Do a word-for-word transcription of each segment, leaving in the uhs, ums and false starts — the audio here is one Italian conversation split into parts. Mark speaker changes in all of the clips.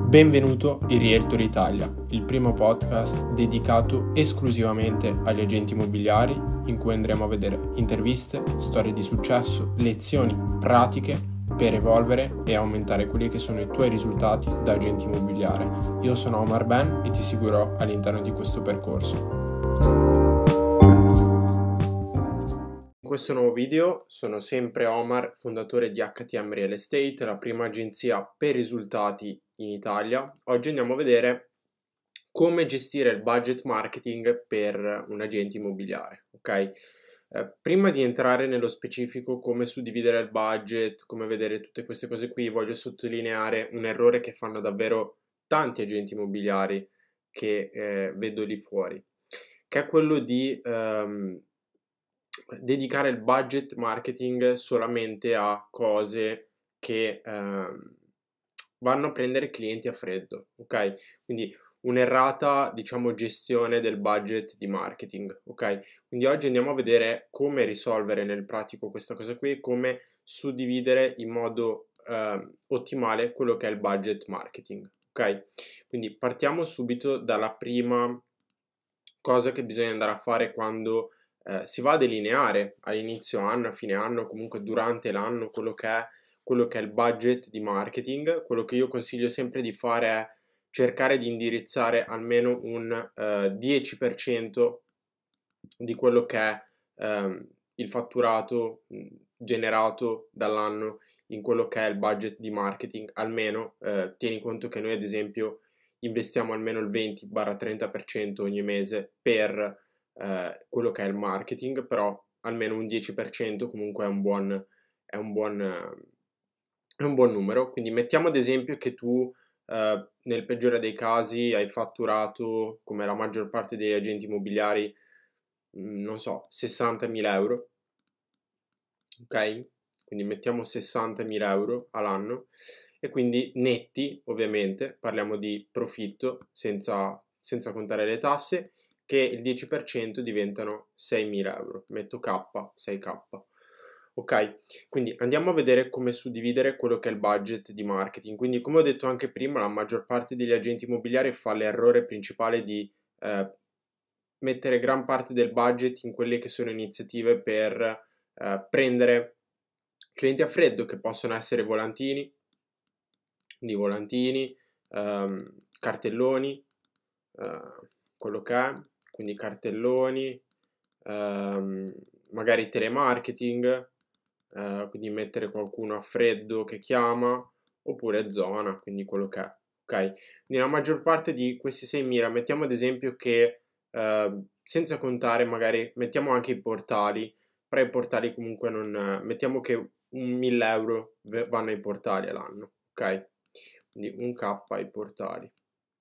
Speaker 1: Benvenuto in Realtor Italia, il primo podcast dedicato esclusivamente agli agenti immobiliari, in cui andremo a vedere interviste, storie di successo, lezioni pratiche per evolvere e aumentare quelli che sono i tuoi risultati da agente immobiliare. Io sono Omar Ben e ti seguirò all'interno di questo percorso. In questo nuovo video sono sempre Omar, fondatore di H T M Real Estate, la prima agenzia per risultati in Italia. Oggi andiamo a vedere come gestire il budget marketing per un agente immobiliare, ok? Eh, prima di entrare nello specifico come suddividere il budget, come vedere tutte queste cose qui, voglio sottolineare un errore che fanno davvero tanti agenti immobiliari che eh, vedo lì fuori, che è quello di ehm, dedicare il budget marketing solamente a cose che ehm, vanno a prendere clienti a freddo, ok? Quindi un'errata, diciamo, gestione del budget di marketing, ok? Quindi oggi andiamo a vedere come risolvere nel pratico questa cosa qui, come suddividere in modo eh, ottimale quello che è il budget marketing, ok? Quindi partiamo subito dalla prima cosa che bisogna andare a fare quando eh, si va a delineare all'inizio anno, a fine anno, comunque durante l'anno, quello che è quello che è il budget di marketing. Quello che io consiglio sempre di fare è cercare di indirizzare almeno un eh, dieci per cento di quello che è ehm, il fatturato mh, generato dall'anno in quello che è il budget di marketing. Almeno eh, tieni conto che noi ad esempio investiamo almeno il venti trenta per cento ogni mese per eh, quello che è il marketing, però almeno un dieci per cento comunque è un buon, è un buon, è un buon numero. Quindi mettiamo ad esempio che tu eh, nel peggiore dei casi hai fatturato, come la maggior parte degli agenti immobiliari, mh, non so, sessantamila euro, ok? Quindi mettiamo sessantamila euro all'anno e quindi netti, ovviamente, parliamo di profitto senza, senza contare le tasse, che il dieci per cento diventano seimila euro, metto K, sei K. Ok, quindi andiamo a vedere come suddividere quello che è il budget di marketing. Quindi, come ho detto anche prima, la maggior parte degli agenti immobiliari fa l'errore principale di eh, mettere gran parte del budget in quelle che sono iniziative per eh, prendere clienti a freddo, che possono essere volantini, quindi volantini, ehm, cartelloni, eh, quello che è, quindi cartelloni, ehm, magari telemarketing, eh, quindi mettere qualcuno a freddo che chiama, oppure zona, quindi quello che è, ok? Quindi la maggior parte di questi seimila, mettiamo ad esempio che, eh, senza contare magari, mettiamo anche i portali, però i portali comunque non, mettiamo che un mille euro vanno ai portali all'anno, ok? Quindi un K ai portali.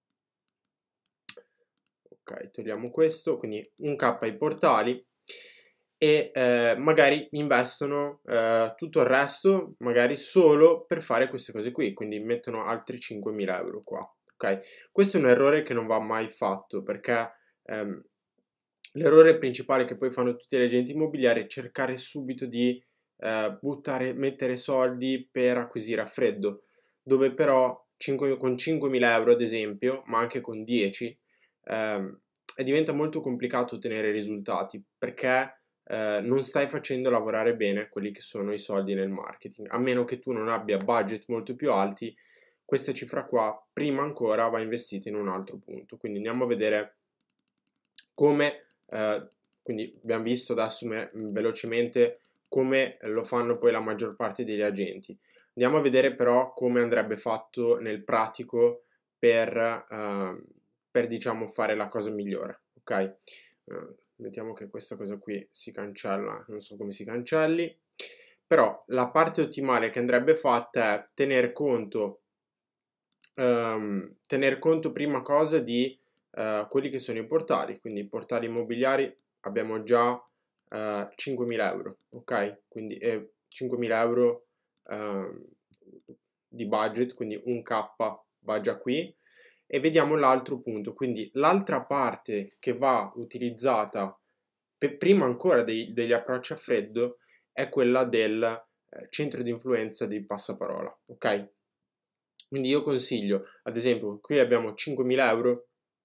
Speaker 1: Ok, togliamo questo, quindi un K ai portali e eh, magari investono eh, tutto il resto magari solo per fare queste cose qui, quindi mettono altri cinquemila euro qua, ok? Questo è un errore che non va mai fatto, perché ehm, l'errore principale che poi fanno tutti gli agenti immobiliari è cercare subito di eh, buttare, mettere soldi per acquisire a freddo, dove però cinque, con cinquemila euro ad esempio, ma anche con dieci, ehm, diventa molto complicato ottenere risultati, perché eh, non stai facendo lavorare bene quelli che sono i soldi nel marketing. A meno che tu non abbia budget molto più alti, questa cifra qua prima ancora va investita in un altro punto. Quindi andiamo a vedere come, eh, quindi abbiamo visto adesso me, velocemente come lo fanno poi la maggior parte degli agenti. Andiamo a vedere però come andrebbe fatto nel pratico per, eh, per diciamo fare la cosa migliore, ok? Uh, mettiamo che questa cosa qui si cancella, non so come si cancelli, però la parte ottimale che andrebbe fatta è tener conto, um, tener conto prima cosa di uh, quelli che sono i portali, quindi i portali immobiliari abbiamo già uh, cinquemila euro, ok? Quindi eh, cinquemila euro uh, di budget, quindi un K va già qui. E vediamo l'altro punto, quindi l'altra parte che va utilizzata per prima ancora dei, degli approcci a freddo è quella del eh, centro di influenza di passaparola, ok? Quindi io consiglio, ad esempio, qui abbiamo cinquemila euro,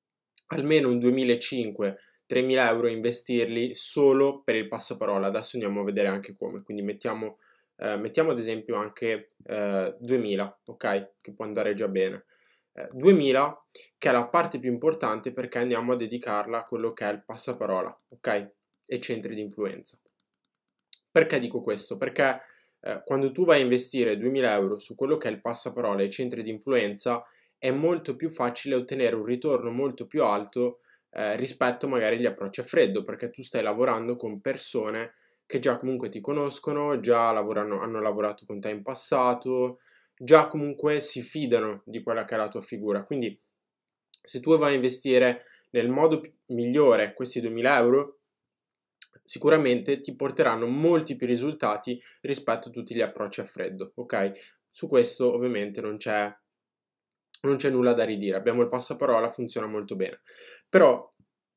Speaker 1: almeno un duemilacinquecento tremila euro investirli solo per il passaparola. Adesso andiamo a vedere anche come, quindi mettiamo, eh, mettiamo ad esempio anche eh, duemila, ok? Che può andare già bene. Eh, duemila, che è la parte più importante perché andiamo a dedicarla a quello che è il passaparola, ok? E centri di influenza. Perché dico questo? Perché eh, quando tu vai a investire duemila euro su quello che è il passaparola e i centri di influenza, è molto più facile ottenere un ritorno molto più alto eh, rispetto magari agli approcci a freddo, perché tu stai lavorando con persone che già comunque ti conoscono, già lavorano, hanno lavorato con te in passato, già comunque si fidano di quella che è la tua figura. Quindi se tu vai a investire nel modo migliore questi duemila euro, sicuramente ti porteranno molti più risultati rispetto a tutti gli approcci a freddo, ok? Su questo ovviamente non c'è non c'è nulla da ridire, abbiamo il passaparola, funziona molto bene. Però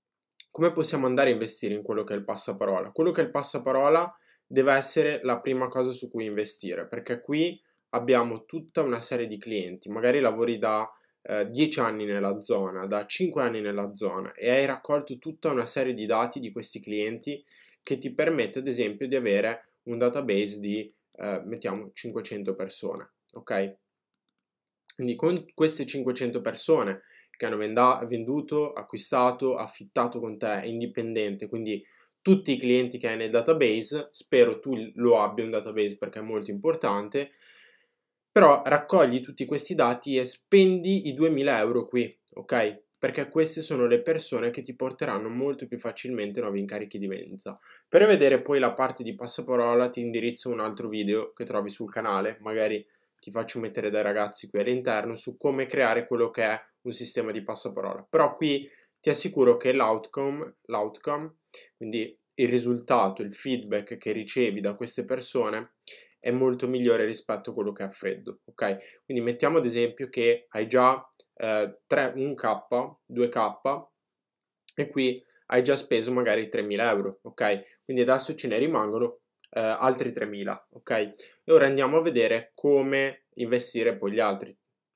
Speaker 1: come possiamo andare a investire in quello che è il passaparola? Quello che è il passaparola deve essere la prima cosa su cui investire, perché qui abbiamo tutta una serie di clienti, magari lavori da eh, dieci anni nella zona, da cinque anni nella zona e hai raccolto tutta una serie di dati di questi clienti che ti permette ad esempio di avere un database di, eh, mettiamo, cinquecento persone, ok? Quindi con queste cinquecento persone che hanno venda- venduto, acquistato, affittato con te, indipendente, quindi tutti i clienti che hai nel database, spero tu lo abbia un database perché è molto importante, però raccogli tutti questi dati e spendi i duemila euro qui, ok? Perché queste sono le persone che ti porteranno molto più facilmente nuovi incarichi di vendita. Per vedere poi la parte di passaparola ti indirizzo un altro video che trovi sul canale, magari ti faccio mettere dai ragazzi qui all'interno su come creare quello che è un sistema di passaparola. Però qui ti assicuro che l'outcome, l'outcome, quindi il risultato, il feedback che ricevi da queste persone è molto migliore rispetto a quello che è a freddo, ok? Quindi mettiamo ad esempio che hai già eh, tre, un K, due K e qui hai già speso magari tremila euro, ok? Quindi adesso ce ne rimangono eh, altri tremila, ok? E ora andiamo a vedere come investire poi gli altri,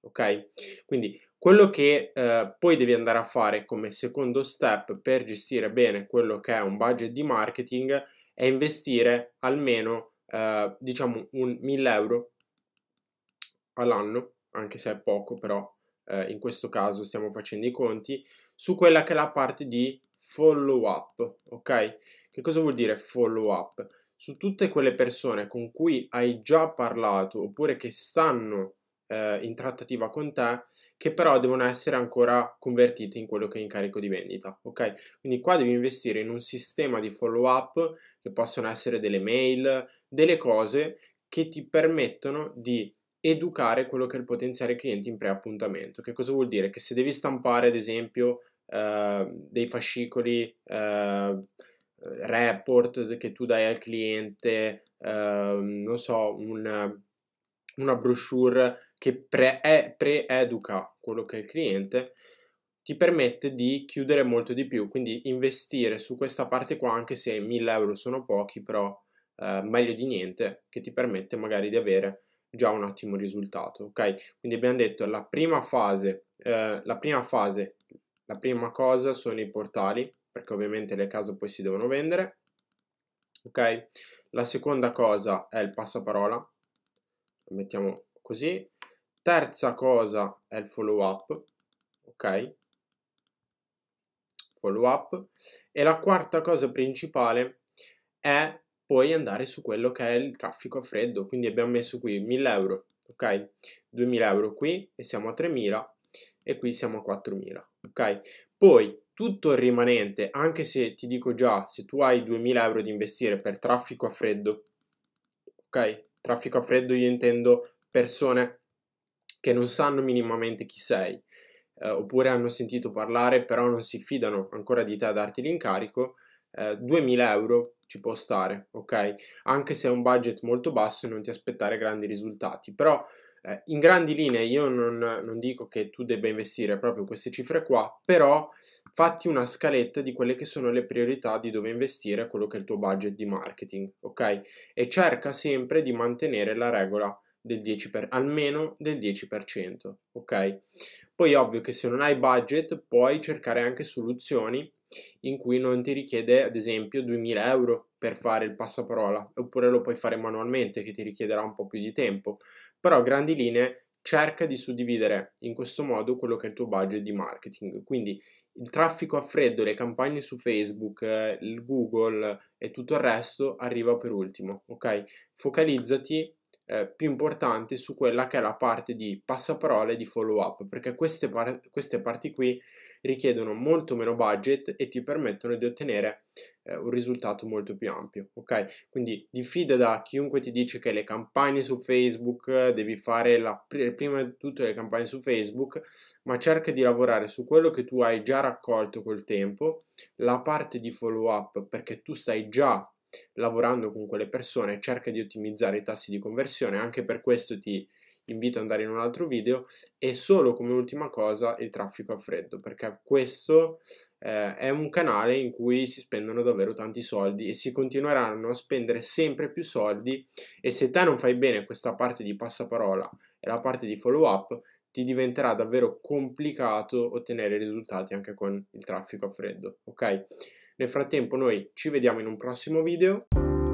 Speaker 1: ok? Quindi quello che eh, poi devi andare a fare come secondo step per gestire bene quello che è un budget di marketing è investire almeno eh, diciamo un mille euro all'anno, anche se è poco, però eh, in questo caso stiamo facendo i conti, su quella che è la parte di follow up, ok? Che cosa vuol dire follow up? Su tutte quelle persone con cui hai già parlato oppure che stanno eh, in trattativa con te, che però devono essere ancora convertiti in quello che è incarico di vendita, ok? Quindi qua devi investire in un sistema di follow up che possono essere delle mail, delle cose che ti permettono di educare quello che è il potenziale cliente in pre-appuntamento. Che cosa vuol dire? Che se devi stampare, ad esempio, eh, dei fascicoli, eh, report che tu dai al cliente, eh, non so, un, una brochure che pre- pre-educa quello che è il cliente, ti permette di chiudere molto di più. Quindi investire su questa parte qua, anche se mille euro sono pochi, però eh, meglio di niente, che ti permette magari di avere già un ottimo risultato, ok? Quindi abbiamo detto la prima fase, eh, la prima fase, la prima cosa sono i portali, perché ovviamente le case poi si devono vendere, ok? La seconda cosa è il passaparola, lo mettiamo così. Terza cosa è il follow up, ok? Follow up. E la quarta cosa principale è poi andare su quello che è il traffico a freddo. Quindi abbiamo messo qui mille euro, ok? duemila euro qui e siamo a tremila e qui siamo a quattromila, ok? Poi tutto il rimanente, anche se ti dico già, se tu hai duemila euro da investire per traffico a freddo, ok? Traffico a freddo io intendo persone che non sanno minimamente chi sei, eh, oppure hanno sentito parlare però non si fidano ancora di te a darti l'incarico, eh, duemila euro ci può stare, ok? Anche se è un budget molto basso e non ti aspettare grandi risultati, però eh, in grandi linee io non, non dico che tu debba investire proprio queste cifre qua, però fatti una scaletta di quelle che sono le priorità di dove investire quello che è il tuo budget di marketing, ok? E cerca sempre di mantenere la regola del dieci per cento, almeno del dieci per cento, ok? Poi ovvio che se non hai budget puoi cercare anche soluzioni in cui non ti richiede ad esempio duemila euro per fare il passaparola, oppure lo puoi fare manualmente che ti richiederà un po' più di tempo, però a grandi linee cerca di suddividere in questo modo quello che è il tuo budget di marketing, quindi il traffico a freddo, le campagne su Facebook, eh, il Google e tutto il resto arriva per ultimo, ok? Focalizzati eh, più importante su quella che è la parte di passaparola e di follow up, perché queste, par- queste parti qui richiedono molto meno budget e ti permettono di ottenere eh, un risultato molto più ampio, ok? Quindi diffida da chiunque ti dice che le campagne su Facebook eh, devi fare la, prima di tutto le campagne su Facebook, ma cerca di lavorare su quello che tu hai già raccolto col tempo, la parte di follow up perché tu stai già lavorando con quelle persone, cerca di ottimizzare i tassi di conversione, anche per questo ti invito ad andare in un altro video, e solo come ultima cosa il traffico a freddo, perché questo eh, è un canale in cui si spendono davvero tanti soldi e si continueranno a spendere sempre più soldi, e se te non fai bene questa parte di passaparola e la parte di follow up ti diventerà davvero complicato ottenere risultati anche con il traffico a freddo, ok? Nel frattempo noi ci vediamo in un prossimo video.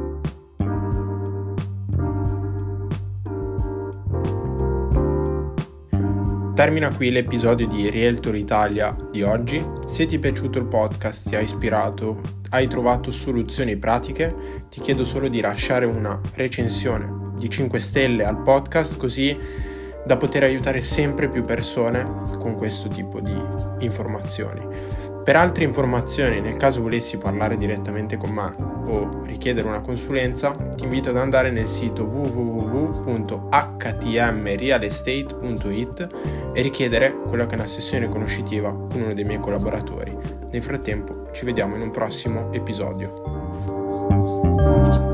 Speaker 1: Termina qui l'episodio di Realtor Italia di oggi. Se ti è piaciuto il podcast, ti ha ispirato, hai trovato soluzioni pratiche, ti chiedo solo di lasciare una recensione di cinque stelle al podcast, così da poter aiutare sempre più persone con questo tipo di informazioni. Per altre informazioni, nel caso volessi parlare direttamente con me o richiedere una consulenza, ti invito ad andare nel sito w w w punto h t m real estate punto i t e richiedere quella che è una sessione conoscitiva con uno dei miei collaboratori. Nel frattempo ci vediamo in un prossimo episodio.